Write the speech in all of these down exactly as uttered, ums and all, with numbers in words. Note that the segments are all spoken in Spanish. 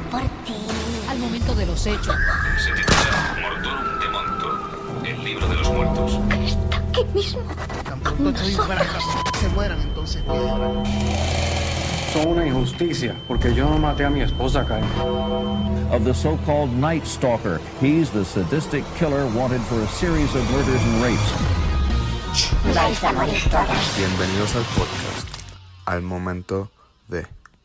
por ti. Al momento de los hechos. Se titula Mortorum de Monto, el libro de los muertos. Está aquí mismo. Tan pronto estoy fuera de casa, se mueran, entonces voy a llorar. Son una injusticia, porque yo no maté a mi esposa, Kyle. Of the so-called Night Stalker. He's the sadistic killer wanted for a series of murders and rapes. Vais a morir todas. Bienvenidos al podcast, al momento de...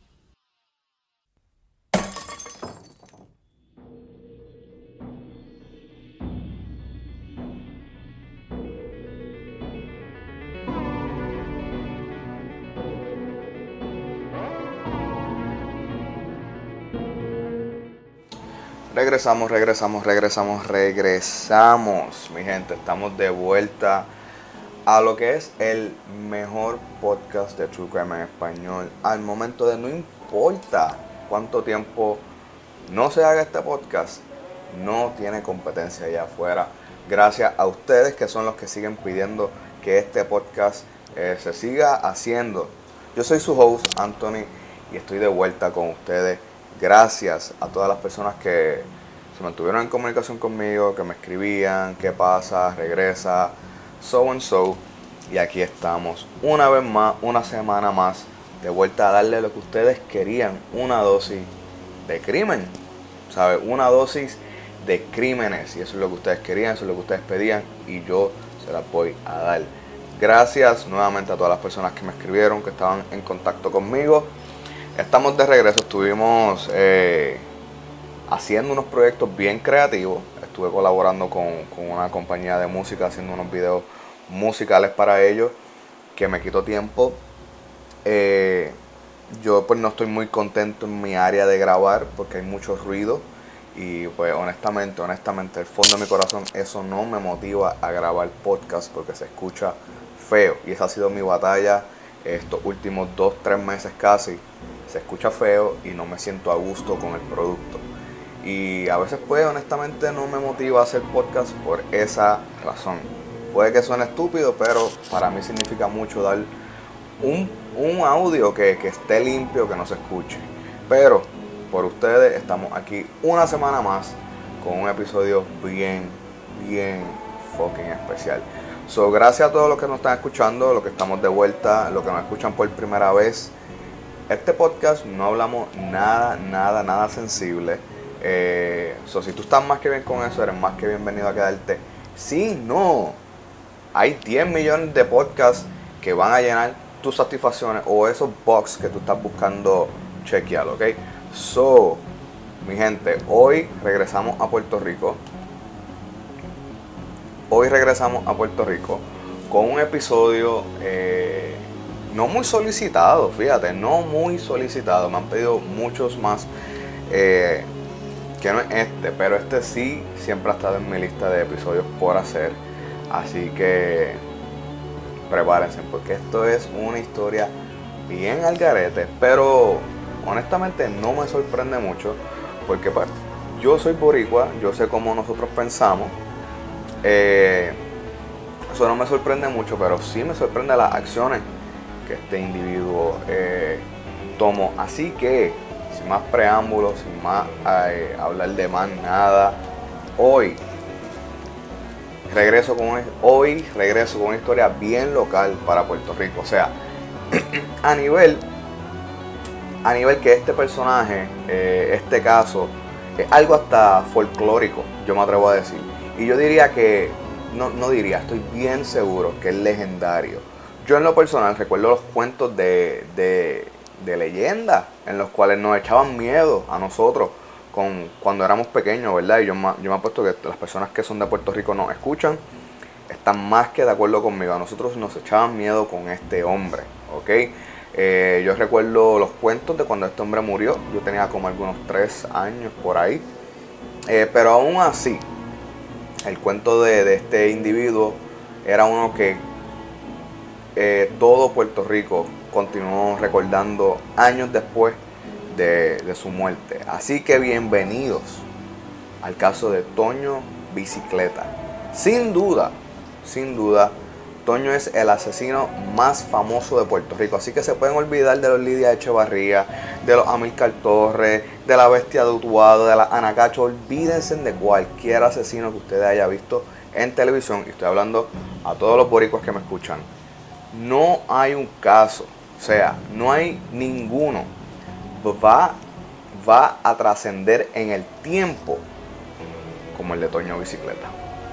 Regresamos, regresamos, regresamos, regresamos, mi gente, estamos de vuelta a lo que es el mejor podcast de True Crime en español. Al momento de no importa cuánto tiempo no se haga este podcast, no tiene competencia allá afuera. Gracias a ustedes que son los que siguen pidiendo que este podcast eh, se siga haciendo. Yo soy su host, Anthony, y estoy de vuelta con ustedes. Gracias a todas las personas que se mantuvieron en comunicación conmigo, que me escribían, qué pasa, regresa, so and so. Y aquí estamos, una vez más, una semana más, de vuelta a darle lo que ustedes querían, una dosis de crimen, ¿sabe? Una dosis de crímenes. Y eso es lo que ustedes querían, eso es lo que ustedes pedían, y yo se las voy a dar. Gracias nuevamente a todas las personas que me escribieron, que estaban en contacto conmigo. Estamos de regreso, estuvimos eh, haciendo unos proyectos bien creativos. Estuve colaborando con, con una compañía de música, haciendo unos videos musicales para ellos, que me quitó tiempo. Eh, yo pues no estoy muy contento en mi área de grabar, porque hay mucho ruido. Y pues honestamente, honestamente, el fondo de mi corazón, eso no me motiva a grabar podcast, porque se escucha feo. Y esa ha sido mi batalla estos últimos dos, tres meses casi. Se escucha feo y no me siento a gusto con el producto. Y a veces pues honestamente no me motiva a hacer podcast por esa razón. Puede que suene estúpido, pero para mí significa mucho dar un, un audio que, que esté limpio, que no se escuche. Pero por ustedes estamos aquí una semana más con un episodio bien, bien fucking especial. So, gracias a todos los que nos están escuchando, los que estamos de vuelta, los que nos escuchan por primera vez. Este podcast no hablamos nada, nada, nada sensible. Eh, so, si tú estás más que bien con eso, eres más que bienvenido a quedarte. Si no, hay diez millones de podcasts que van a llenar tus satisfacciones o esos box que tú estás buscando chequear, ¿ok? So, mi gente, hoy regresamos a Puerto Rico. Hoy regresamos a Puerto Rico con un episodio eh, no muy solicitado, fíjate, no muy solicitado. Me han pedido muchos más eh, que no es este, pero este sí siempre ha estado en mi lista de episodios por hacer. Así que prepárense, porque esto es una historia bien al garete, pero honestamente no me sorprende mucho, porque pues, yo soy boricua, yo sé cómo nosotros pensamos. Eh, eso no me sorprende mucho, pero sí me sorprende las acciones que este individuo eh, tomó. Así que, sin más preámbulos, sin más eh, hablar de más nada, hoy regreso con una, hoy regreso con una historia bien local para Puerto Rico. O sea, a nivel a nivel que este personaje, eh, este caso, es algo hasta folclórico, yo me atrevo a decir. Y yo diría que, no, no diría, estoy bien seguro que es legendario. Yo en lo personal recuerdo los cuentos de, de, de leyenda, en los cuales nos echaban miedo a nosotros con, cuando éramos pequeños, ¿verdad? Y yo, yo me apuesto que las personas que son de Puerto Rico nos escuchan, están más que de acuerdo conmigo. A nosotros nos echaban miedo con este hombre, ¿ok? Eh, yo recuerdo los cuentos de cuando este hombre murió. Yo tenía como algunos tres años por ahí. Eh, pero aún así, el cuento de, de este individuo era uno que eh, todo Puerto Rico continuó recordando años después de, de su muerte. Así que bienvenidos al caso de Toño Bicicleta. Sin duda, sin duda, Toño es el asesino más famoso de Puerto Rico. Así que se pueden olvidar de los Lidia Echevarría, de los Amílcar Torres, de la Bestia de Utuado, de la Anacacho. Olvídense de cualquier asesino que ustedes haya visto en televisión. Y estoy hablando a todos los boricuas que me escuchan. No hay un caso, o sea, no hay ninguno. Va, va a trascender en el tiempo como el de Toño Bicicleta.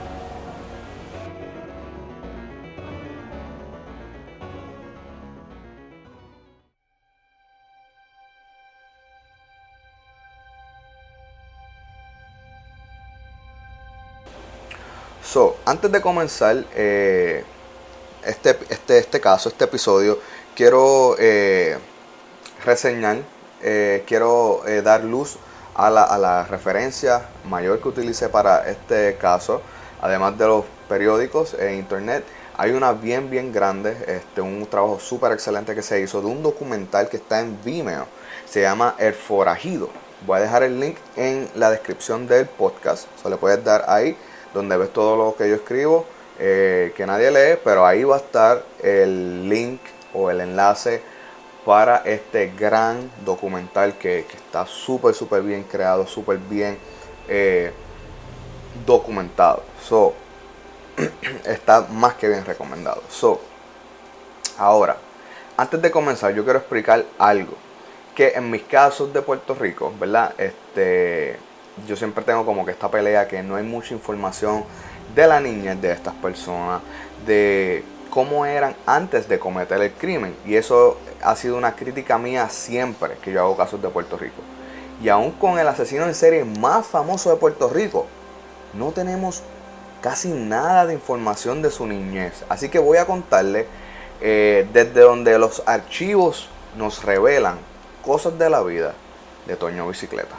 So, antes de comenzar eh, este, este, este caso, este episodio, quiero eh, reseñar, eh, quiero eh, dar luz a la, a la referencia mayor que utilicé para este caso. Además de los periódicos e internet, hay una bien bien grande, este, un trabajo súper excelente que se hizo de un documental que está en Vimeo. Se llama El Forajido. Voy a dejar el link en la descripción del podcast, se le puedes dar ahí, donde ves todo lo que yo escribo, eh, que nadie lee, pero ahí va a estar el link o el enlace para este gran documental que, que está súper, súper bien creado, súper bien eh, documentado. So, está más que bien recomendado. So, ahora, antes de comenzar, yo quiero explicar algo. Que en mis casos de Puerto Rico, ¿verdad? Este... Yo siempre tengo como que esta pelea que no hay mucha información de la niñez de estas personas, de cómo eran antes de cometer el crimen. Y eso ha sido una crítica mía siempre que yo hago casos de Puerto Rico. Y aún con el asesino en serie más famoso de Puerto Rico, no tenemos casi nada de información de su niñez. Así que voy a contarle eh, desde donde los archivos nos revelan cosas de la vida de Toño Bicicleta.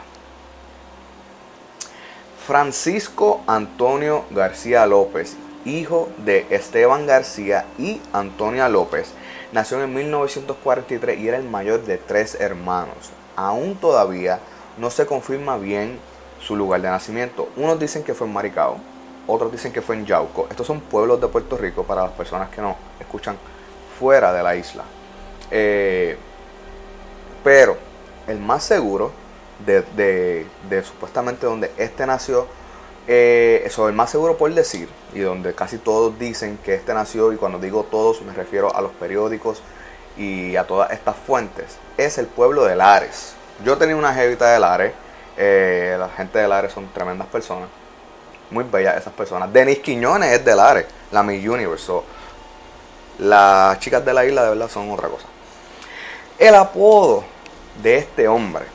Francisco Antonio García López, hijo de Esteban García y Antonia López, nació en mil novecientos cuarenta y tres y era el mayor de tres hermanos. Aún todavía no se confirma bien su lugar de nacimiento. Unos dicen que fue en Maricao, otros dicen que fue en Yauco. Estos son pueblos de Puerto Rico para las personas que no escuchan fuera de la isla. Eh, pero el más seguro De, de, de supuestamente donde este nació, eh, eso es el más seguro por decir, y donde casi todos dicen que este nació, y cuando digo todos me refiero a los periódicos y a todas estas fuentes, es el pueblo de Lares. Yo tenía una jevita de Lares, eh, la gente de Lares son tremendas personas, muy bellas esas personas. Denise Quiñones es de Lares, la Miss Universe. So, las chicas de la isla de verdad son otra cosa. El apodo de este hombre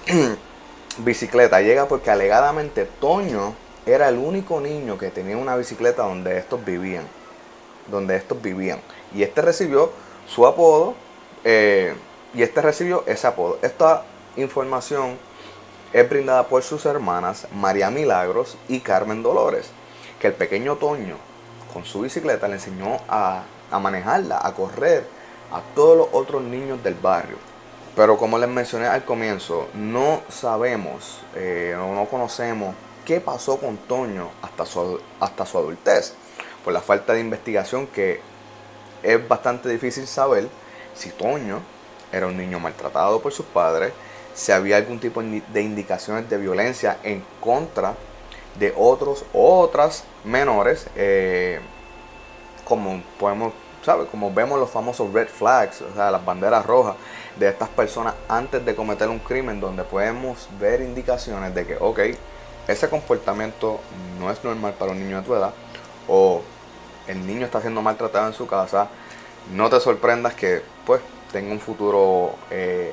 Bicicleta llega porque alegadamente Toño era el único niño que tenía una bicicleta donde estos vivían donde estos vivían y este recibió su apodo eh, y este recibió ese apodo. Esta información es brindada por sus hermanas María Milagros y Carmen Dolores, que el pequeño Toño con su bicicleta le enseñó a, a manejarla, a correr a todos los otros niños del barrio. Pero como les mencioné al comienzo, no sabemos, eh, no, no conocemos qué pasó con Toño hasta su, hasta su adultez. Por la falta de investigación, que es bastante difícil saber si Toño era un niño maltratado por sus padres, si había algún tipo de indicaciones de violencia en contra de otros o otras menores, eh, como podemos ¿sabe? Como vemos los famosos red flags, o sea, las banderas rojas de estas personas antes de cometer un crimen, donde podemos ver indicaciones de que, ok, ese comportamiento no es normal para un niño de tu edad, o el niño está siendo maltratado en su casa. No te sorprendas que, pues, tenga un futuro eh,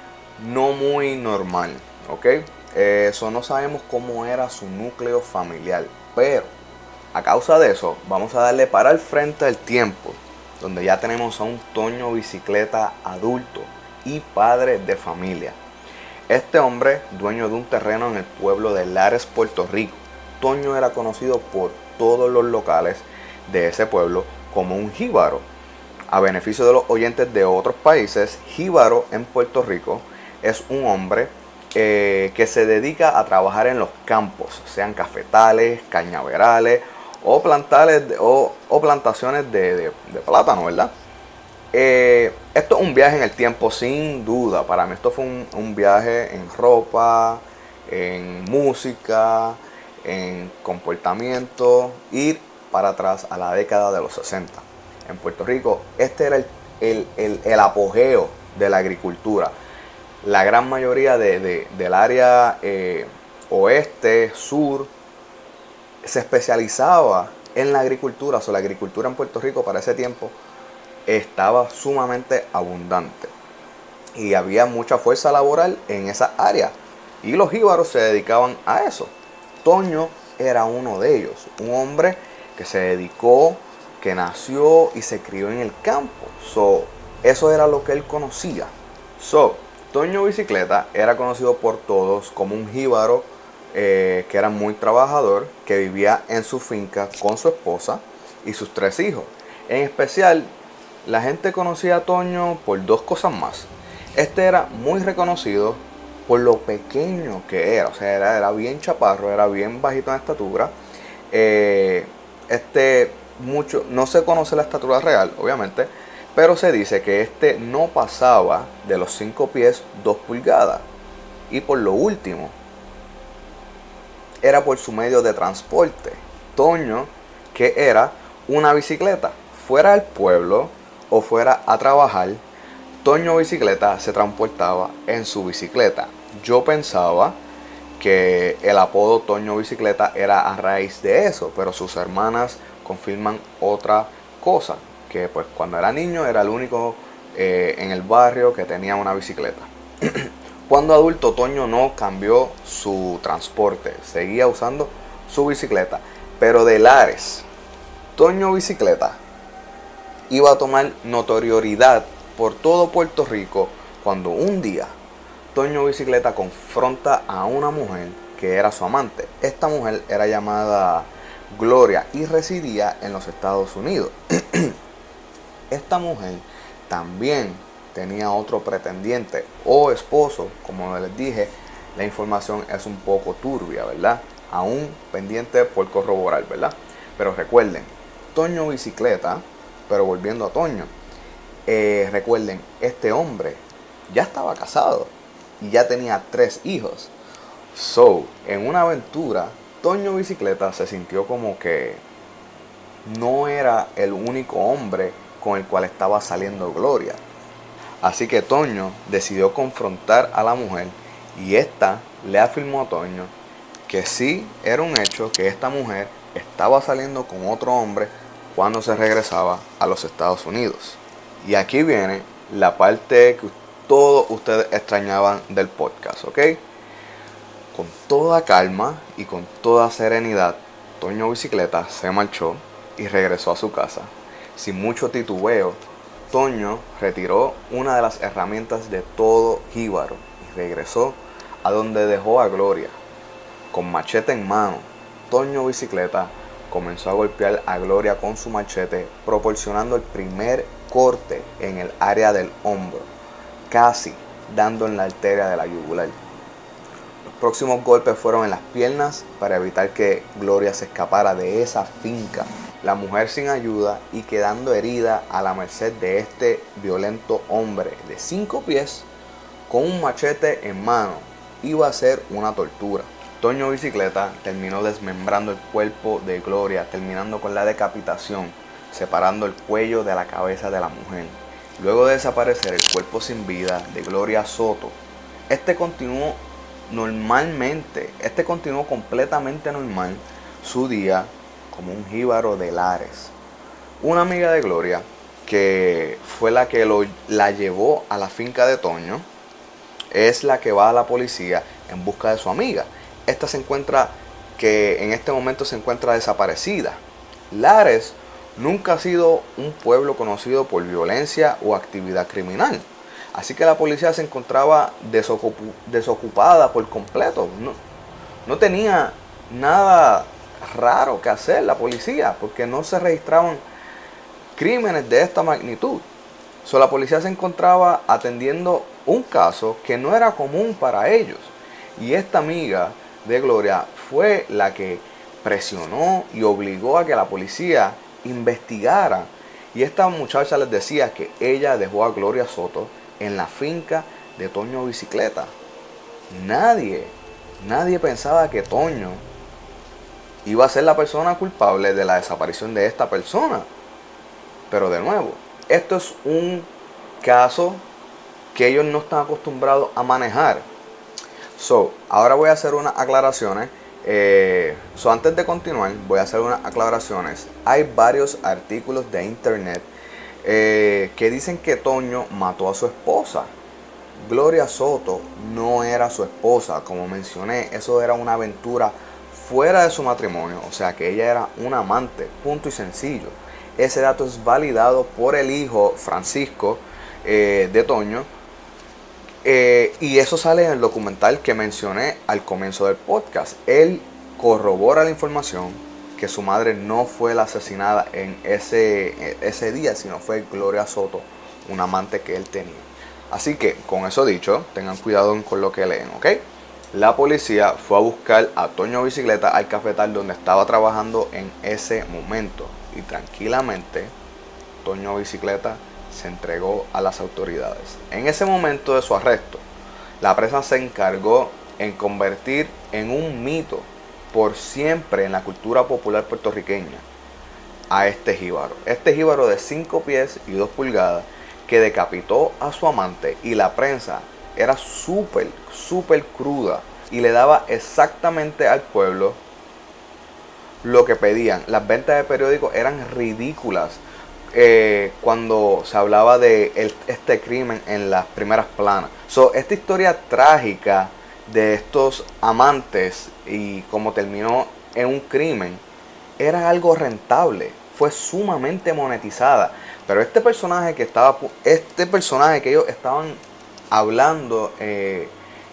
no muy normal, ok. Eso, no sabemos cómo era su núcleo familiar, pero a causa de eso, vamos a darle para el frente del tiempo, donde ya tenemos a un Toño Bicicleta adulto y padre de familia. Este hombre, dueño de un terreno en el pueblo de Lares, Puerto Rico. Toño era conocido por todos los locales de ese pueblo como un jíbaro. A beneficio de los oyentes de otros países, jíbaro en Puerto Rico es un hombre eh, que se dedica a trabajar en los campos, sean cafetales, cañaverales o, plantales de, o, o plantaciones de, de, de plátano, ¿verdad? Eh, esto es un viaje en el tiempo sin duda. Para mí esto fue un, un viaje en ropa, en música, en comportamiento, ir para atrás a la década de los sesenta. En Puerto Rico este era el, el, el, el apogeo de la agricultura. La gran mayoría de, de, del área eh, oeste, sur, se especializaba en la agricultura. O sea, la agricultura en Puerto Rico para ese tiempo estaba sumamente abundante. Y había mucha fuerza laboral en esa área. Y los jíbaros se dedicaban a eso. Toño era uno de ellos. Un hombre que se dedicó, que nació y se crió en el campo. So, eso era lo que él conocía. So, Toño Bicicleta era conocido por todos como un jíbaro eh, que era muy trabajador, que vivía en su finca con su esposa y sus tres hijos. En especial, la gente conocía a Toño por dos cosas más. Este era muy reconocido por lo pequeño que era. O sea, era, era bien chaparro, era bien bajito en estatura. Eh, este, mucho, no se conoce la estatura real, obviamente, pero se dice que este no pasaba de los cinco pies dos pulgadas. Y por lo último, era por su medio de transporte. Toño, que era una bicicleta. Fuera al pueblo o fuera a trabajar, Toño Bicicleta se transportaba en su bicicleta. Yo pensaba que el apodo Toño Bicicleta era a raíz de eso, pero sus hermanas confirman otra cosa. Que pues cuando era niño era el único eh, en el barrio que tenía una bicicleta. Cuando adulto, Toño no cambió su transporte, seguía usando su bicicleta. Pero de Lares, Toño Bicicleta iba a tomar notoriedad por todo Puerto Rico cuando un día Toño Bicicleta confronta a una mujer que era su amante. Esta mujer era llamada Gloria y residía en los Estados Unidos. Esta mujer también tenía otro pretendiente o esposo. Como les dije, la información es un poco turbia, ¿verdad? Aún pendiente por corroborar, ¿verdad? Pero recuerden, Toño Bicicleta, pero volviendo a Toño, eh, recuerden, este hombre ya estaba casado y ya tenía tres hijos. So, en una aventura, Toño Bicicleta se sintió como que no era el único hombre con el cual estaba saliendo Gloria. Así que Toño decidió confrontar a la mujer y esta le afirmó a Toño que sí era un hecho que esta mujer estaba saliendo con otro hombre cuando se regresaba a los Estados Unidos. Y aquí viene la parte que todos ustedes extrañaban del podcast, ¿ok? Con toda calma y con toda serenidad, Toño Bicicleta se marchó y regresó a su casa. Sin mucho titubeo, Toño retiró una de las herramientas de todo jíbaro y regresó a donde dejó a Gloria. Con machete en mano, Toño Bicicleta comenzó a golpear a Gloria con su machete, proporcionando el primer corte en el área del hombro, casi dando en la arteria de la yugular. Los próximos golpes fueron en las piernas para evitar que Gloria se escapara de esa finca. La mujer sin ayuda y quedando herida a la merced de este violento hombre de cinco pies con un machete en mano. Iba a ser una tortura. Toño Bicicleta terminó desmembrando el cuerpo de Gloria, terminando con la decapitación, separando el cuello de la cabeza de la mujer. Luego de desaparecer el cuerpo sin vida de Gloria Soto, este continuó normalmente, este continuó completamente normal su día como un jíbaro de Lares. Una amiga de Gloria, que fue la que lo, la llevó a la finca de Toño, es la que va a la policía en busca de su amiga. Esta se encuentra, que en este momento se encuentra desaparecida. Lares nunca ha sido un pueblo conocido por violencia o actividad criminal. Así que la policía se encontraba desocup, desocupada por completo. No, no tenía nada raro que hacer la policía, porque no se registraban crímenes de esta magnitud. So, la policía se encontraba atendiendo un caso que no era común para ellos. Y esta amiga de Gloria fue la que presionó y obligó a que la policía investigara Y esta muchacha les decía que ella dejó a Gloria Soto en la finca de Toño Bicicleta. Nadie, nadie pensaba que Toño iba a ser la persona culpable de la desaparición de esta persona. Pero de nuevo, esto es un caso que ellos no están acostumbrados a manejar. So, ahora voy a hacer unas aclaraciones. Eh, so, antes de continuar, voy a hacer unas aclaraciones. Hay varios artículos de internet eh, que dicen que Toño mató a su esposa. Gloria Soto no era su esposa. Como mencioné, eso era una aventura fuera de su matrimonio. O sea que ella era una amante, punto y sencillo. Ese dato es validado por el hijo Francisco eh, de Toño. Eh, y eso sale en el documental que mencioné al comienzo del podcast. Él corrobora la información que su madre no fue la asesinada en ese, ese día, sino fue Gloria Soto, una amante que él tenía. Así que, con eso dicho, tengan cuidado con lo que leen, ¿ok? La policía fue a buscar a Toño Bicicleta al cafetal donde estaba trabajando en ese momento. Y tranquilamente, Toño Bicicleta se entregó a las autoridades. En ese momento de su arresto, la prensa se encargó en convertir en un mito por siempre en la cultura popular puertorriqueña a este jíbaro. Este jíbaro de cinco pies y dos pulgadas que decapitó a su amante, y la prensa era súper, súper cruda y le daba exactamente al pueblo lo que pedían. Las ventas de periódicos eran ridículas. Eh, cuando se hablaba de el, este crimen en las primeras planas. So, esta historia trágica de estos amantes y cómo terminó en un crimen era algo rentable, fue sumamente monetizada. Pero este personaje que estaba, este personaje que ellos estaban hablando eh,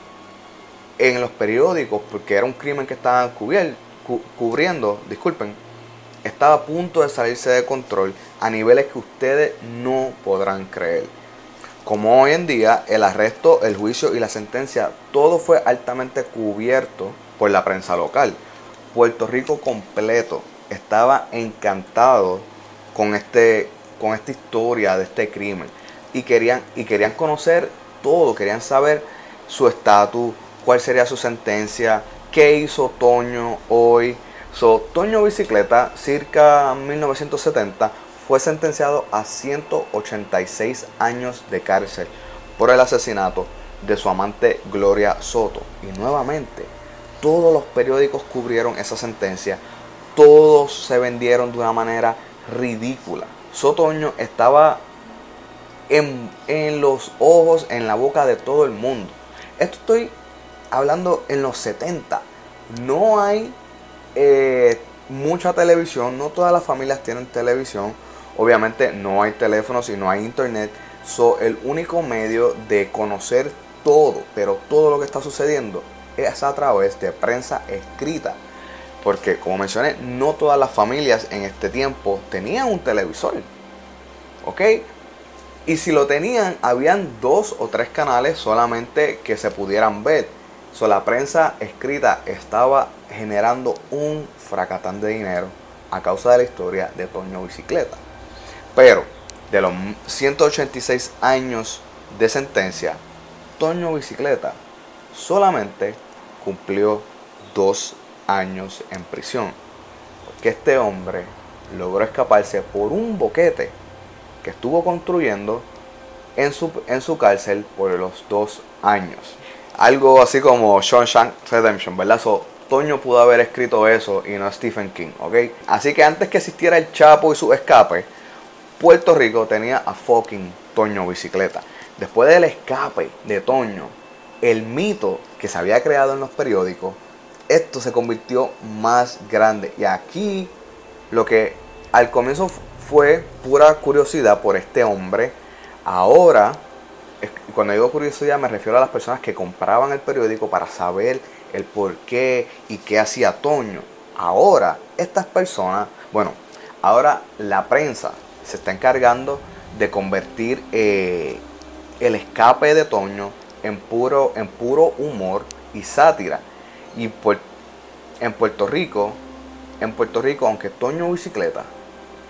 en los periódicos, porque era un crimen que estaban cubier, cu, cubriendo, disculpen, estaba a punto de salirse de control a niveles que ustedes no podrán creer. Como hoy en día, el arresto, el juicio y la sentencia, todo fue altamente cubierto por la prensa local. Puerto Rico completo estaba encantado con, este, con esta historia de este crimen. Y querían, y querían conocer todo, querían saber su estatus, cuál sería su sentencia, qué hizo Toño hoy. So, Toño Bicicleta, circa mil novecientos setenta, fue sentenciado a ciento ochenta y seis años de cárcel por el asesinato de su amante Gloria Soto. Y nuevamente, todos los periódicos cubrieron esa sentencia, todos se vendieron de una manera ridícula. So, Toño estaba en, en los ojos, en la boca de todo el mundo. Esto estoy hablando en los setenta. No hay Eh, mucha televisión, no todas las familias tienen televisión, obviamente no hay teléfonos y no hay internet. So, el único medio de conocer todo, pero todo lo que está sucediendo, es a través de prensa escrita, porque como mencioné, no todas las familias en este tiempo tenían un televisor, ok, y si lo tenían, habían dos o tres canales solamente que se pudieran ver. So, la prensa escrita estaba generando un fracatán de dinero a causa de la historia de Toño Bicicleta. Pero de los ciento ochenta y seis años de sentencia, Toño Bicicleta solamente cumplió dos años en prisión, porque este hombre logró escaparse por un boquete que estuvo construyendo en su, en su cárcel por los dos años. Algo así como Shawshank Redemption, ¿verdad? So, Toño pudo haber escrito eso y no Stephen King, ¿ok? Así que antes que existiera el Chapo y su escape, Puerto Rico tenía a fucking Toño Bicicleta. Después del escape de Toño, el mito que se había creado en los periódicos, esto se convirtió más grande. Y aquí lo que al comienzo fue pura curiosidad por este hombre, ahora, cuando digo curiosidad me refiero a las personas que compraban el periódico para saber el por qué y qué hacía Toño. Ahora estas personas, bueno, ahora la prensa se está encargando de convertir eh, el escape de Toño en puro, en puro humor y sátira. Y por, en Puerto Rico, en Puerto Rico, aunque Toño Bicicleta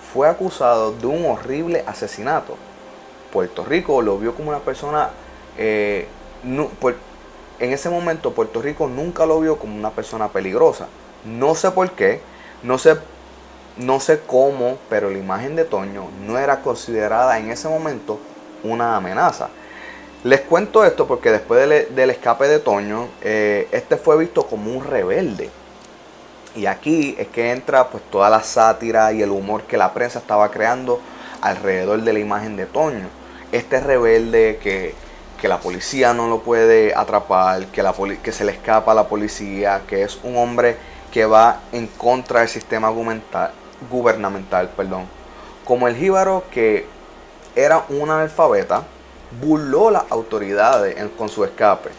fue acusado de un horrible asesinato. Puerto Rico lo vio como una persona, eh, no, por, en ese momento Puerto Rico nunca lo vio como una persona peligrosa. No sé por qué, no sé, no sé cómo, pero la imagen de Toño no era considerada en ese momento una amenaza. Les cuento esto porque después del, del escape de Toño, eh, este fue visto como un rebelde. Y aquí es que entra pues toda la sátira y el humor que la prensa estaba creando alrededor de la imagen de Toño. Este rebelde que, que la policía no lo puede atrapar, que, la poli- que se le escapa a la policía, que es un hombre que va en contra del sistema gubernamental, gubernamental perdón. Como el jíbaro que era un analfabeta, burló las autoridades en, con su escape.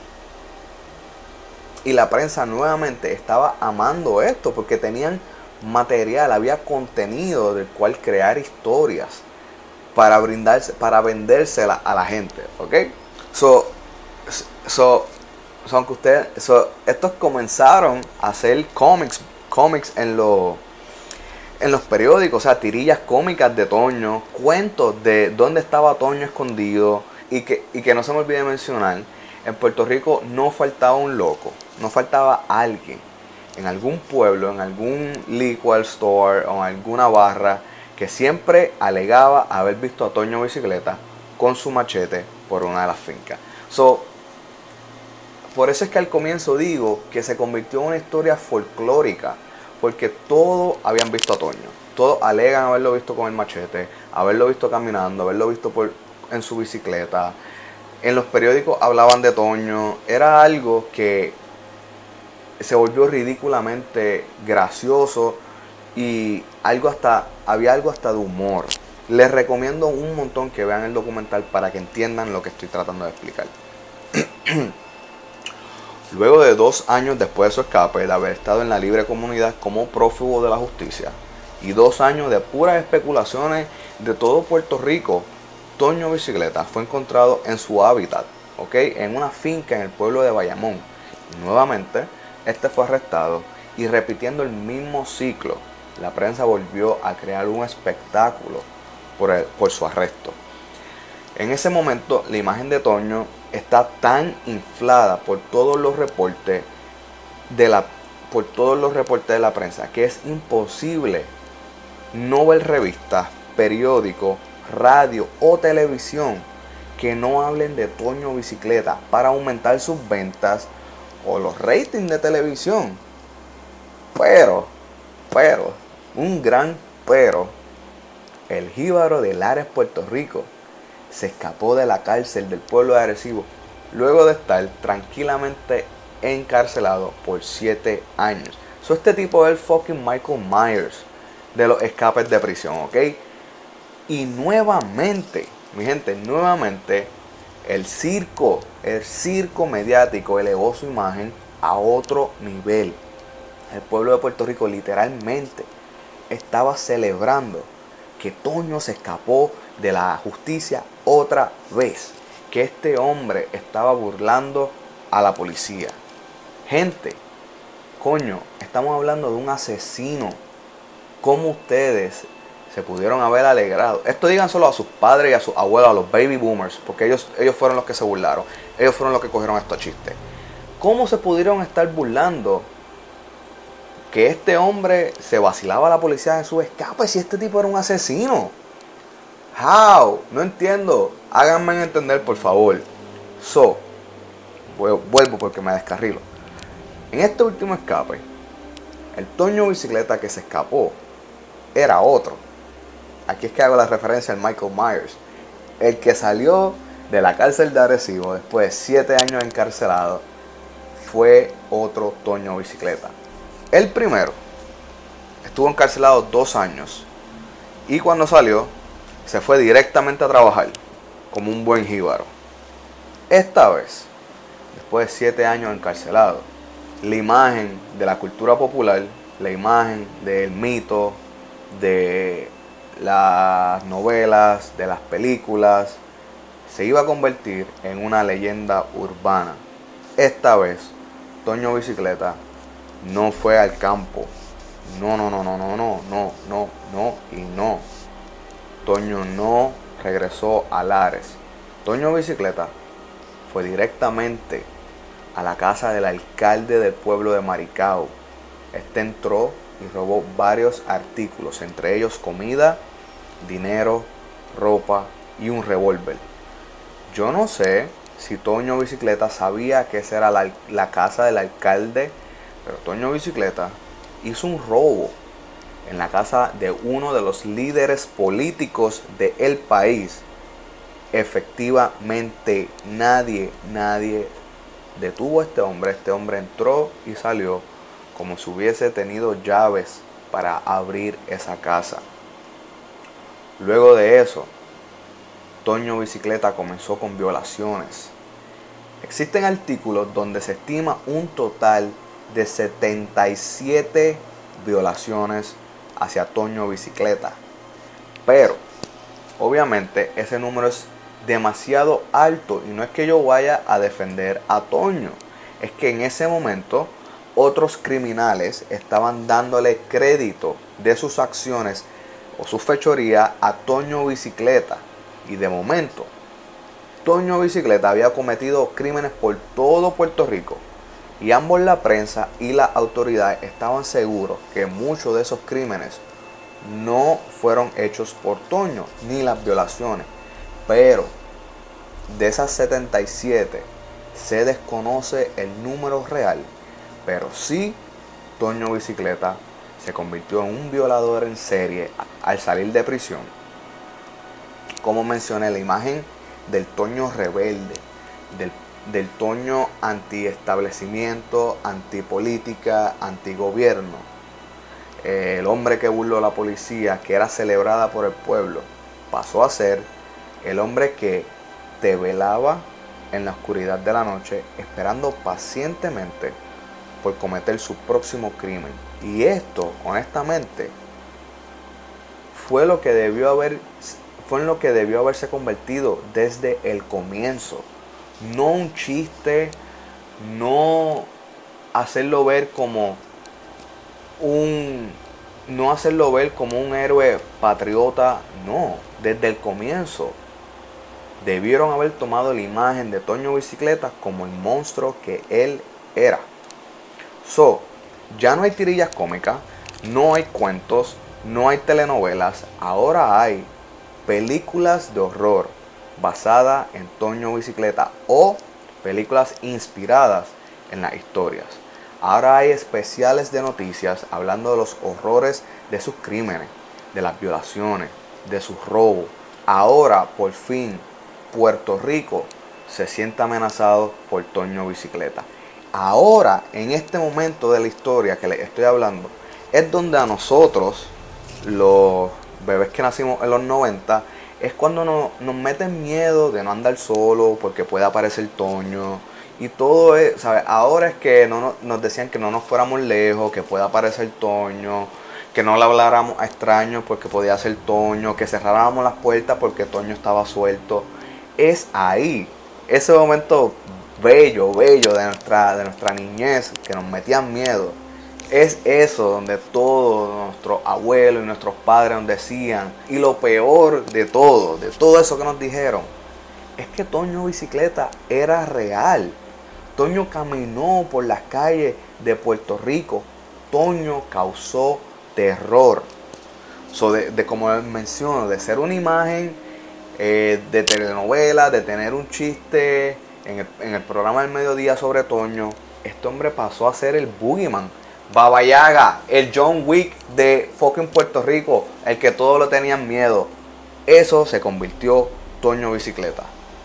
Y la prensa nuevamente estaba amando esto porque tenían material, había contenido del cual crear historias para brindarse, para vendérsela a la gente, ¿ok? So, so, so aunque ustedes, so, estos comenzaron a hacer cómics, cómics en los, en los periódicos, o sea, tirillas cómicas de Toño, cuentos de dónde estaba Toño escondido y que, y que no se me olvide mencionar, en Puerto Rico no faltaba un loco, no faltaba alguien en algún pueblo, en algún liquor store o en alguna barra que siempre alegaba haber visto a Toño Bicicleta con su machete por una de las fincas. So, por eso es que al comienzo digo que se convirtió en una historia folclórica, porque todos habían visto a Toño, todos alegan haberlo visto con el machete, haberlo visto caminando, haberlo visto por, en su bicicleta. En los periódicos hablaban de Toño, era algo que se volvió ridículamente gracioso y algo hasta, había algo hasta de humor. Les recomiendo un montón que vean el documental para que entiendan lo que estoy tratando de explicar. Luego de dos años después de su escape, de haber estado en la libre comunidad como prófugo de la justicia, y dos años de puras especulaciones de todo Puerto Rico, Toño Bicicleta fue encontrado en su hábitat, ¿ok? En una finca en el pueblo de Bayamón. Y nuevamente, este fue arrestado y repitiendo el mismo ciclo, la prensa volvió a crear un espectáculo por, el, por su arresto. En ese momento, la imagen de Toño está tan inflada por todos los reportes de la, por todos los reportes de la prensa que es imposible no ver revistas, periódicos, radio o televisión que no hablen de Toño Bicicleta para aumentar sus ventas o los ratings de televisión. Pero, pero, un gran pero, el jíbaro de Lares, Puerto Rico, se escapó de la cárcel del pueblo de Arecibo luego de estar tranquilamente encarcelado por siete años. So, este tipo es el fucking Michael Myers de los escapes de prisión, ¿ok? Y nuevamente, mi gente, nuevamente, el circo, el circo mediático elevó su imagen a otro nivel. El pueblo de Puerto Rico literalmente estaba celebrando que Toño se escapó de la justicia otra vez. Que este hombre estaba burlando a la policía. Gente, coño, estamos hablando de un asesino. ¿Cómo ustedes se pudieron haber alegrado? Esto díganselo a sus padres y a sus abuelos, a los baby boomers, porque ellos, ellos fueron los que se burlaron. Ellos fueron los que cogieron estos chistes. ¿Cómo se pudieron estar burlando que este hombre se vacilaba a la policía en su escape si este tipo era un asesino? How? No entiendo. Háganme entender, por favor. So, vuelvo porque me descarrilo. En este último escape, el Toño Bicicleta que se escapó era otro. Aquí es que hago la referencia al Michael Myers. El que salió de la cárcel de Arecibo después de siete años encarcelado fue otro Toño Bicicleta. El primero estuvo encarcelado dos años y cuando salió se fue directamente a trabajar como un buen jíbaro. Esta vez, después de siete años encarcelado, la imagen de la cultura popular, la imagen del mito, de las novelas, de las películas, se iba a convertir en una leyenda urbana. Esta vez, Toño Bicicleta no fue al campo No, no, no, no, no, no, no, no, no y no. Toño no regresó a Lares. Toño Bicicleta fue directamente a la casa del alcalde del pueblo de Maricao. Este entró y robó varios artículos, entre ellos comida, dinero, ropa y un revólver. Yo no sé si Toño Bicicleta sabía que esa era la, la casa del alcalde, pero Toño Bicicleta hizo un robo en la casa de uno de los líderes políticos del país. Efectivamente, nadie, nadie detuvo a este hombre. Este hombre entró y salió como si hubiese tenido llaves para abrir esa casa. Luego de eso, Toño Bicicleta comenzó con violaciones. Existen artículos donde se estima un total de setenta y siete violaciones hacia Toño Bicicleta. Pero, obviamente, ese número es demasiado alto y no es que yo vaya a defender a Toño. Es que en ese momento otros criminales estaban dándole crédito de sus acciones o su fechoría a Toño Bicicleta. Y de momento, Toño Bicicleta había cometido crímenes por todo Puerto Rico. Y ambos, la prensa y las autoridades, estaban seguros que muchos de esos crímenes no fueron hechos por Toño, ni las violaciones. Pero de esas setenta y siete se desconoce el número real. Pero sí, Toño Bicicleta se convirtió en un violador en serie al salir de prisión. Como mencioné, la imagen del Toño rebelde, del, del Toño antiestablecimiento, antipolítica, antigobierno, eh, el hombre que burló a la policía, que era celebrada por el pueblo, pasó a ser el hombre que te velaba en la oscuridad de la noche, esperando pacientemente por cometer su próximo crimen. Y esto, honestamente, fue lo que debió haber fue en lo que debió haberse convertido desde el comienzo. No un chiste, no hacerlo ver como un no hacerlo ver como un héroe patriota, no, desde el comienzo debieron haber tomado la imagen de Toño Bicicleta como el monstruo que él era. So, ya no hay tirillas cómicas, no hay cuentos, no hay telenovelas, ahora hay películas de horror basadas en Toño Bicicleta o películas inspiradas en las historias. Ahora hay especiales de noticias hablando de los horrores de sus crímenes, de las violaciones, de sus robos. Ahora, por fin, Puerto Rico se siente amenazado por Toño Bicicleta. Ahora, en este momento de la historia que les estoy hablando, es donde a nosotros, los bebés que nacimos en los noventa, es cuando nos, nos meten miedo de no andar solo porque puede aparecer Toño. Y todo es, ¿sabes? Ahora es que no nos, nos decían que no nos fuéramos lejos, que pueda aparecer Toño, que no le habláramos a extraños porque podía ser Toño, que cerráramos las puertas porque Toño estaba suelto. Es ahí, ese momento bello, bello de nuestra, de nuestra niñez, que nos metían miedo. Es eso donde todos nuestros abuelos y nuestros padres nos decían. Y lo peor de todo, de todo eso que nos dijeron, es que Toño Bicicleta era real. Toño caminó por las calles de Puerto Rico. Toño causó terror. So de, de como les menciono, de ser una imagen eh, de telenovela, de tener un chiste en el, en el programa del mediodía sobre Toño, este hombre pasó a ser el boogeyman. Baba Yaga, el John Wick de fucking Puerto Rico, el que todos le tenían miedo. Eso se convirtió Toño Bicicleta.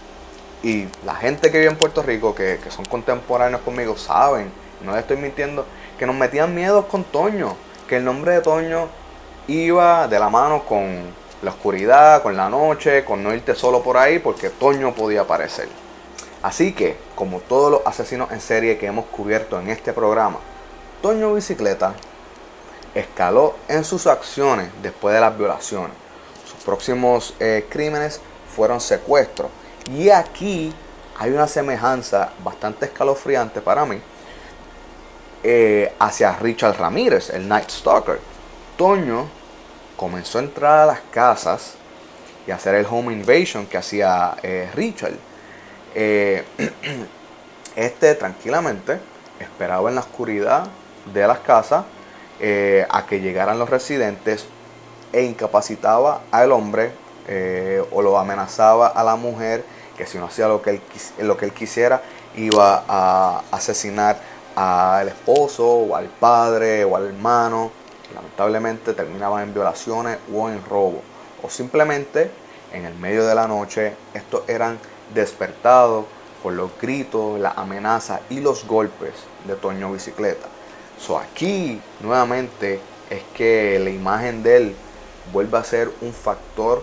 Y la gente que vive en Puerto Rico, que, que son contemporáneos conmigo, saben, no les estoy mintiendo, que nos metían miedo con Toño. Que el nombre de Toño iba de la mano con la oscuridad, con la noche, con no irte solo por ahí, porque Toño podía aparecer. Así que, como todos los asesinos en serie que hemos cubierto en este programa, Toño Bicicleta escaló en sus acciones después de las violaciones. Sus próximos eh, crímenes fueron secuestros. Y aquí hay una semejanza bastante escalofriante para mí eh, hacia Richard Ramírez, el Night Stalker. Toño comenzó a entrar a las casas y hacer el home invasion que hacía eh, Richard. Eh, este tranquilamente esperaba en la oscuridad de las casas eh, a que llegaran los residentes e incapacitaba al hombre eh, o lo amenazaba a la mujer que si no hacía lo que él, lo que él quisiera iba a asesinar al esposo o al padre o al hermano. Lamentablemente terminaban en violaciones o en robo, o simplemente en el medio de la noche estos eran despertados por los gritos, la amenaza y los golpes de Toño Bicicleta. So, aquí nuevamente es que la imagen de él vuelve a ser un factor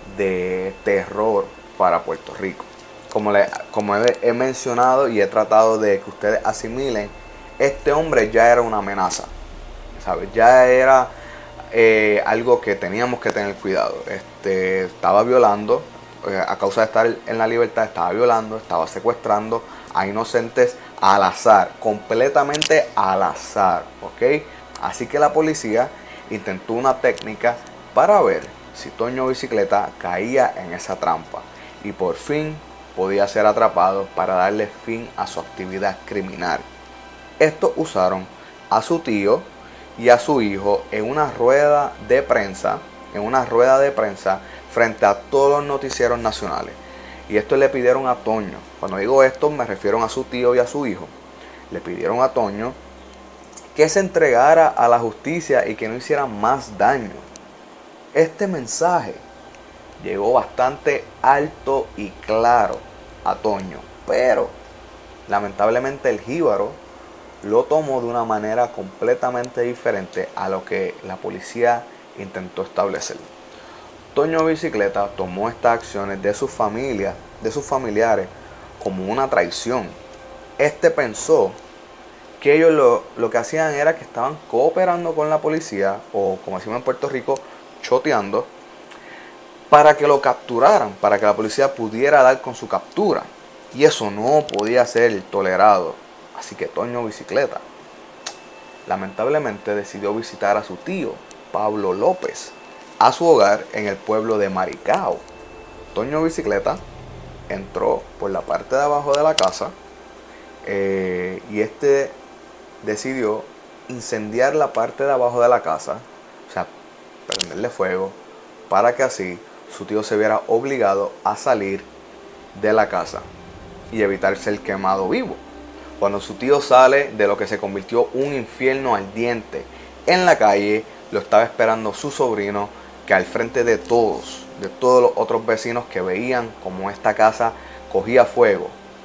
de terror para Puerto Rico. Como, le, como he, he mencionado y he tratado de que ustedes asimilen, este hombre ya era una amenaza, ¿sabes? Ya era eh, algo que teníamos que tener cuidado. Este, estaba violando, eh, a causa de estar en la libertad, estaba violando, estaba secuestrando a inocentes al azar, completamente al azar, ¿ok? Así que la policía intentó una técnica para ver si Toño Bicicleta caía en esa trampa y por fin podía ser atrapado para darle fin a su actividad criminal. Estos usaron a su tío y a su hijo en una rueda de prensa, en una rueda de prensa frente a todos los noticieros nacionales. Y esto le pidieron a Toño. Cuando digo esto me refiero a su tío y a su hijo. Le pidieron a Toño que se entregara a la justicia y que no hiciera más daño. Este mensaje llegó bastante alto y claro a Toño, pero lamentablemente el jíbaro lo tomó de una manera completamente diferente a lo que la policía intentó establecer. Toño Bicicleta tomó estas acciones de su familia, de sus familiares, como una traición. Este pensó que ellos lo, lo que hacían era que estaban cooperando con la policía, o como decimos en Puerto Rico, choteando, para que lo capturaran, para que la policía pudiera dar con su captura. Y eso no podía ser tolerado. Así que Toño Bicicleta lamentablemente decidió visitar a su tío, Pablo López, a su hogar en el pueblo de Maricao. Toño Bicicleta entró por la parte de abajo de la casa eh, y este decidió incendiar la parte de abajo de la casa, o sea, prenderle fuego, para que así su tío se viera obligado a salir de la casa y evitar ser quemado vivo. Cuando su tío sale de lo que se convirtió un infierno ardiente en la calle, lo estaba esperando su sobrino, que al frente de todos, de todos los otros vecinos que veían como esta casa cogía fuego,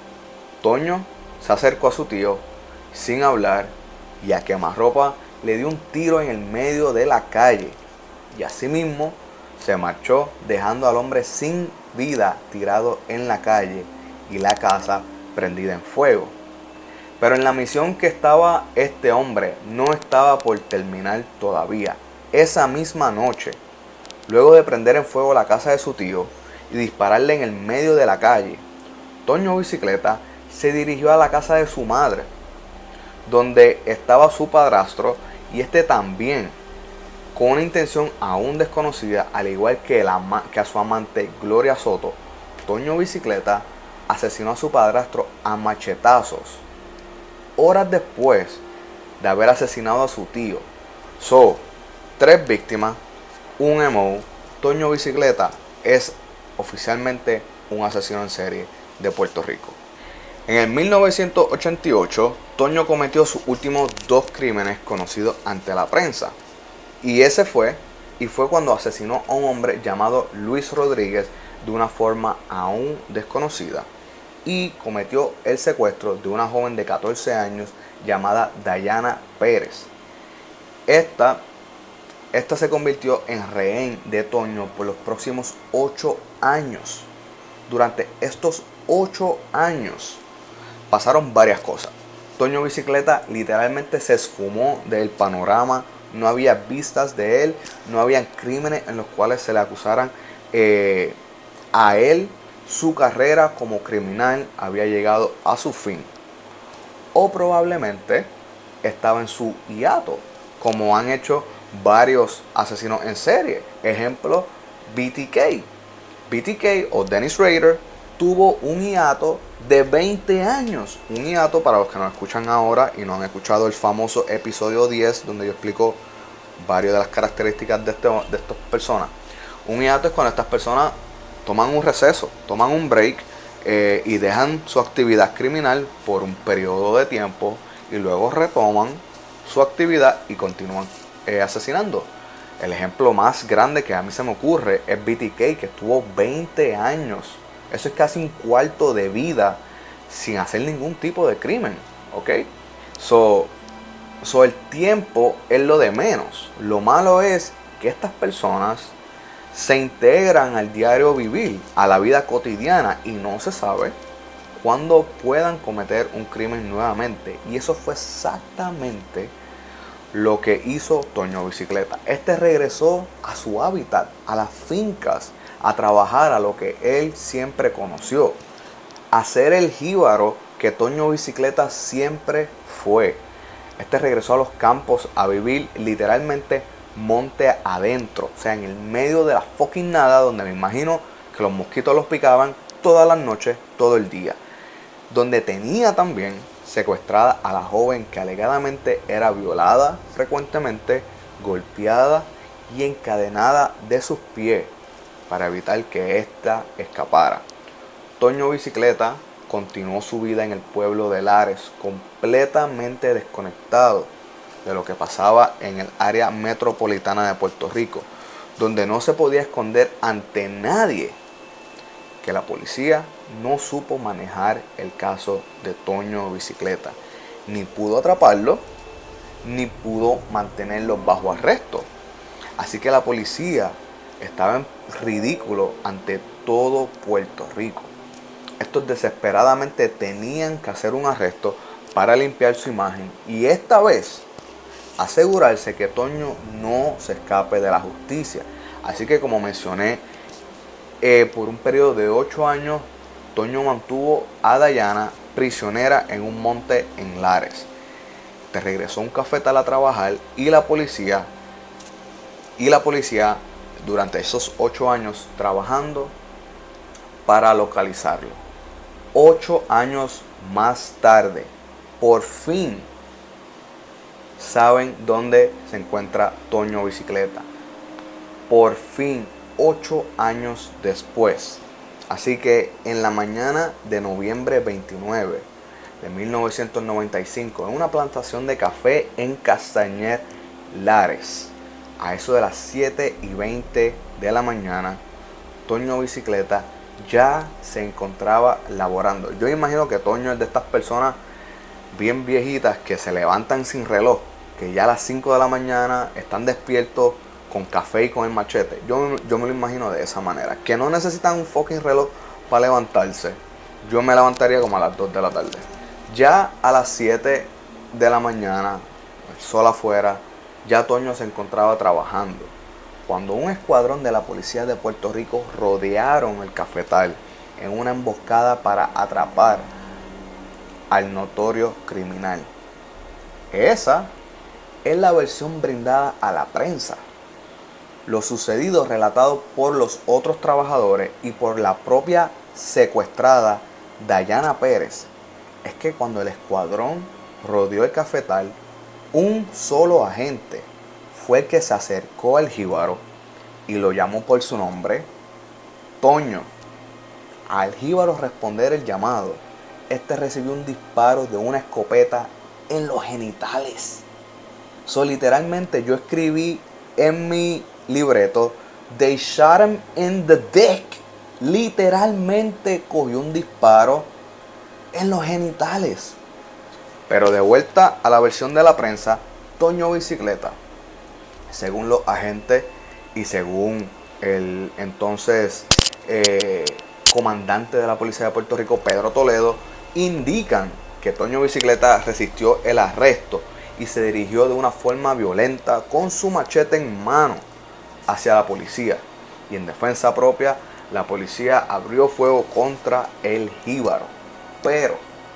Toño se acercó a su tío sin hablar y a quemarropa le dio un tiro en el medio de la calle y asimismo se marchó, dejando al hombre sin vida tirado en la calle y la casa prendida en fuego. Pero en la misión que estaba este hombre no estaba por terminar todavía. Esa misma noche, luego de prender en fuego la casa de su tío y dispararle en el medio de la calle, Toño Bicicleta se dirigió a la casa de su madre, donde estaba su padrastro, y este también, con una intención aún desconocida, al igual que, la, que a su amante Gloria Soto, Toño Bicicleta asesinó a su padrastro a machetazos horas después de haber asesinado a su tío. So, tres víctimas, un M O. Toño Bicicleta es oficialmente un asesino en serie de Puerto Rico. En el mil novecientos ochenta y ocho, Toño cometió sus últimos dos crímenes conocidos ante la prensa. Y ese fue, y fue cuando asesinó a un hombre llamado Luis Rodríguez de una forma aún desconocida. Y cometió el secuestro de una joven de catorce años llamada Dayana Pérez. Esta, esta se convirtió en rehén de Toño por los próximos ocho años. Durante estos ocho años pasaron varias cosas. Toño Bicicleta literalmente se esfumó del panorama. No había vistas de él, no había crímenes en los cuales se le acusaran eh, a él. Su carrera como criminal había llegado a su fin. O probablemente estaba en su hiato, como han hecho varios asesinos en serie. Ejemplo, B T K. B T K o Dennis Rader tuvo un hiato de veinte años. Un hiato, para los que nos escuchan ahora y no han escuchado el famoso episodio diez, donde yo explico varias de las características de, este, de estas personas. Un hiato es cuando estas personas toman un receso, toman un break eh, y dejan su actividad criminal por un periodo de tiempo y luego retoman su actividad y continúan eh, asesinando. El ejemplo más grande que a mí se me ocurre es B T K, que estuvo veinte años. Eso es casi un cuarto de vida sin hacer ningún tipo de crimen, ¿ok? So, so el tiempo es lo de menos. Lo malo es que estas personas se integran al diario vivir, a la vida cotidiana, y no se sabe cuándo puedan cometer un crimen nuevamente. Y eso fue exactamente lo que hizo Toño Bicicleta. Este regresó a su hábitat, a las fincas, a trabajar a lo que él siempre conoció, a ser el jíbaro que Toño Bicicleta siempre fue. Este regresó a los campos a vivir literalmente monte adentro, o sea, en el medio de la fucking nada, donde me imagino que los mosquitos los picaban todas las noches, todo el día, donde tenía también secuestrada a la joven que alegadamente era violada frecuentemente, golpeada y encadenada de sus pies para evitar que ésta escapara. Toño Bicicleta continuó su vida en el pueblo de Lares, completamente desconectado de lo que pasaba en el área metropolitana de Puerto Rico, donde no se podía esconder ante nadie que la policía no supo manejar el caso de Toño Bicicleta. Ni pudo atraparlo, ni pudo mantenerlo bajo arresto. Así que la policía estaba en ridículo ante todo Puerto Rico. Estos desesperadamente tenían que hacer un arresto para limpiar su imagen y esta vez asegurarse que Toño no se escape de la justicia. Así que, como mencioné, eh, por un periodo de ocho años, Toño mantuvo a Dayana prisionera en un monte en Lares. Te regresó a un cafetal a trabajar y la policía y la policía durante esos ocho años trabajando para localizarlo. Ocho años más tarde, por fin saben dónde se encuentra Toño Bicicleta. Por fin, ocho años después. Así que en la mañana de noviembre veintinueve de mil novecientos noventa y cinco, en una plantación de café en Castañer, Lares, a eso de las siete y veinte de la mañana, Toño Bicicleta ya se encontraba laborando. Yo imagino que Toño es de estas personas bien viejitas que se levantan sin reloj, que ya a las cinco de la mañana están despiertos con café y con el machete. Yo, yo me lo imagino de esa manera, que no necesitan un fucking reloj para levantarse. Yo me levantaría como a las dos de la tarde. Ya a las siete de la mañana, el sol afuera, ya Toño se encontraba trabajando, cuando un escuadrón de la policía de Puerto Rico rodearon el cafetal en una emboscada para atrapar al notorio criminal. Esa es la versión brindada a la prensa. Lo sucedido relatado por los otros trabajadores y por la propia secuestrada Dayana Pérez es que cuando el escuadrón rodeó el cafetal, un solo agente fue el que se acercó al jíbaro y lo llamó por su nombre, Toño. Al jíbaro responder el llamado, este recibió un disparo de una escopeta en los genitales. So, literalmente yo escribí en mi libreto, they shot him in the dick. Literalmente cogió un disparo en los genitales. Pero de vuelta a la versión de la prensa, Toño Bicicleta, según los agentes y según el entonces eh, comandante de la policía de Puerto Rico, Pedro Toledo, indican que Toño Bicicleta resistió el arresto y se dirigió de una forma violenta con su machete en mano hacia la policía. Y en defensa propia, la policía abrió fuego contra el jíbaro. Pero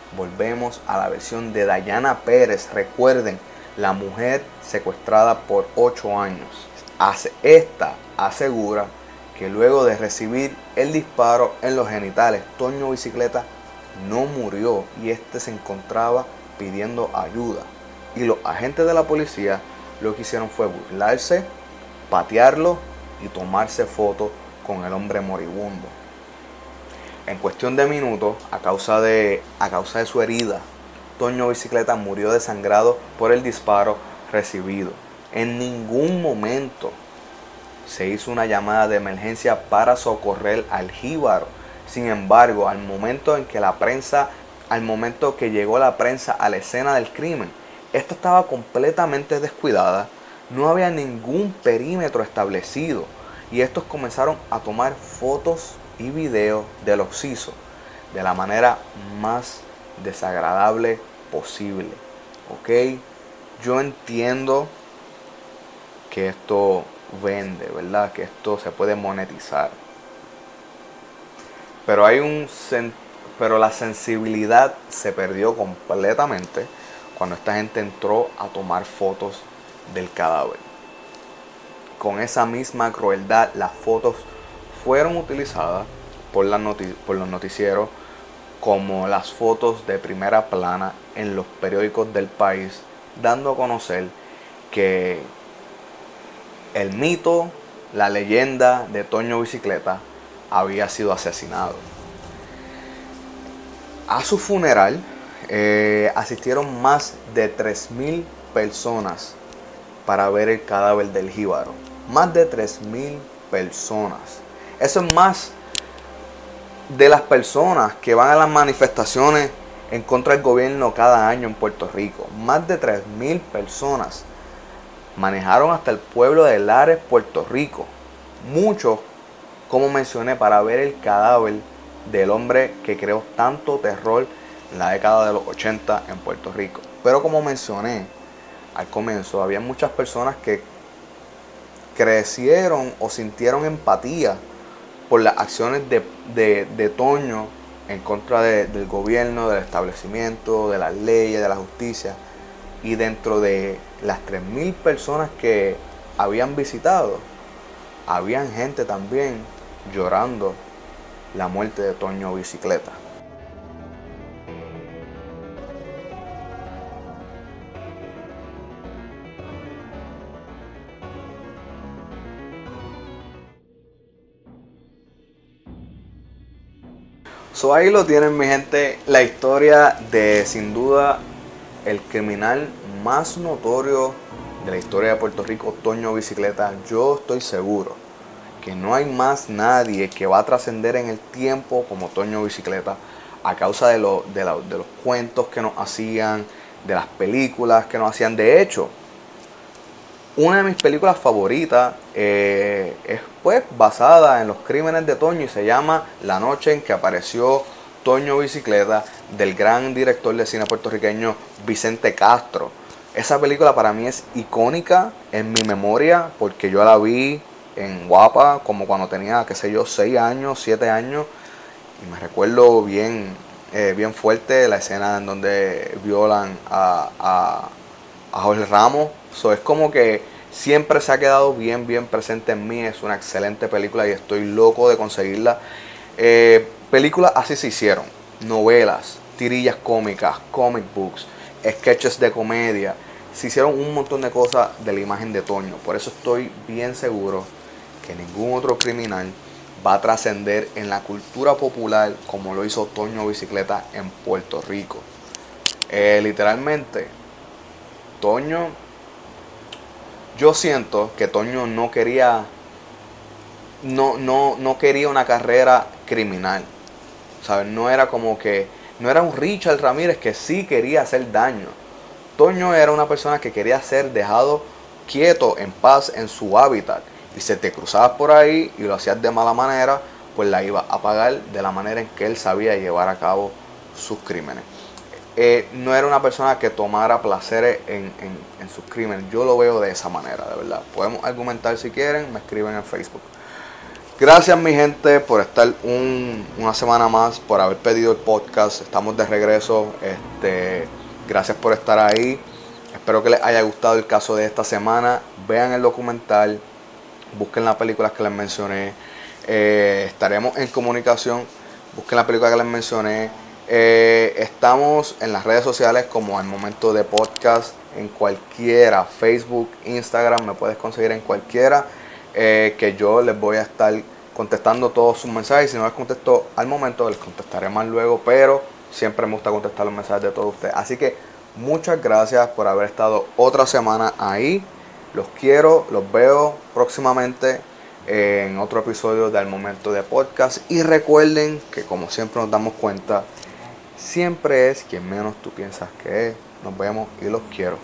volvemos a la versión de Dayana Pérez. Recuerden, la mujer secuestrada por ocho años. Esta asegura que luego de recibir el disparo en los genitales, Toño Bicicleta no murió y este se encontraba pidiendo ayuda. Y los agentes de la policía lo que hicieron fue burlarse, patearlo y tomarse fotos con el hombre moribundo. En cuestión de minutos, a causa de, a causa de su herida, Toño Bicicleta murió desangrado por el disparo recibido. En ningún momento se hizo una llamada de emergencia para socorrer al jíbaro. Sin embargo, al momento en que la prensa, al momento que llegó la prensa a la escena del crimen, esta estaba completamente descuidada. No había ningún perímetro establecido y estos comenzaron a tomar fotos y videos del occiso de la manera más desagradable posible. Ok, yo entiendo que esto vende, ¿verdad? Que esto se puede monetizar. Pero hay un sen- pero la sensibilidad se perdió completamente cuando esta gente entró a tomar fotos del cadáver. Con esa misma crueldad, las fotos fueron utilizadas por, la noti- por los noticieros como las fotos de primera plana en los periódicos del país, dando a conocer que el mito, la leyenda de Toño Bicicleta había sido asesinado. A su funeral eh, asistieron más de tres mil personas para ver el cadáver del jíbaro. Más de tres mil personas. Eso es más de las personas que van a las manifestaciones en contra del gobierno cada año en Puerto Rico. Más de tres mil personas manejaron hasta el pueblo de Lares, Puerto Rico. Muchos, como mencioné, para ver el cadáver del hombre que creó tanto terror en la década de los ochenta en Puerto Rico. Pero como mencioné al comienzo, había muchas personas que crecieron o sintieron empatía por las acciones de, de, de Toño en contra de, del gobierno, del establecimiento, de las leyes, de la justicia. Y dentro de las tres mil personas que habían visitado, habían gente también llorando la muerte de Toño Bicicleta. So, ahí lo tienen, mi gente, la historia de, sin duda, el criminal más notorio de la historia de Puerto Rico, Toño Bicicleta. Yo estoy seguro que no hay más nadie que va a trascender en el tiempo como Toño Bicicleta, a causa de, lo, de, la, de los cuentos que nos hacían, de las películas que nos hacían. De hecho, una de mis películas favoritas eh, es pues basada en los crímenes de Toño y se llama La noche en que apareció Toño Bicicleta, del gran director de cine puertorriqueño Vicente Castro. Esa película para mí es icónica en mi memoria porque yo la vi en Guapa como cuando tenía, qué sé yo, seis años, siete años, y me recuerdo bien, eh, bien fuerte la escena en donde violan a, a, a Jorge Ramos. So, es como que siempre se ha quedado bien, bien presente en mí. Es una excelente película y estoy loco de conseguirla. Eh, películas así se hicieron, novelas, tirillas cómicas, comic books, sketches de comedia. Se hicieron un montón de cosas de la imagen de Toño. Por eso estoy bien seguro que ningún otro criminal va a trascender en la cultura popular como lo hizo Toño Bicicleta en Puerto Rico. Eh, literalmente, Toño, yo siento que Toño no quería, no, no, no quería una carrera criminal. ¿Sabes? No era como que, no era un Richard Ramírez que sí quería hacer daño. Toño era una persona que quería ser dejado quieto, en paz, en su hábitat. Y si te cruzabas por ahí y lo hacías de mala manera, pues la iba a pagar de la manera en que él sabía llevar a cabo sus crímenes. Eh, no era una persona que tomara placeres en, en, en sus crímenes. Yo lo veo de esa manera, de verdad. Podemos argumentar si quieren, me escriben en Facebook. Gracias mi gente por estar un, una semana más, por haber pedido el podcast. Estamos de regreso. Este, gracias por estar ahí. Espero que les haya gustado el caso de esta semana. Vean el documental, busquen las películas que les mencioné. Eh, estaremos en comunicación. Busquen la película que les mencioné. Eh, estamos en las redes sociales como Al Momento de Podcast, en cualquiera, Facebook, Instagram, me puedes conseguir en cualquiera. Eh, que yo les voy a estar contestando todos sus mensajes. Si no les contesto al momento, les contestaré más luego, pero siempre me gusta contestar los mensajes de todos ustedes. Así que muchas gracias por haber estado otra semana ahí. Los quiero, los veo próximamente en otro episodio de Al Momento de Podcast. Y recuerden que, como siempre nos damos cuenta, siempre es quien menos tú piensas que es. Nos vemos y los quiero.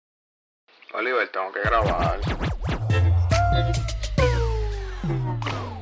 Oliver, tengo que grabar.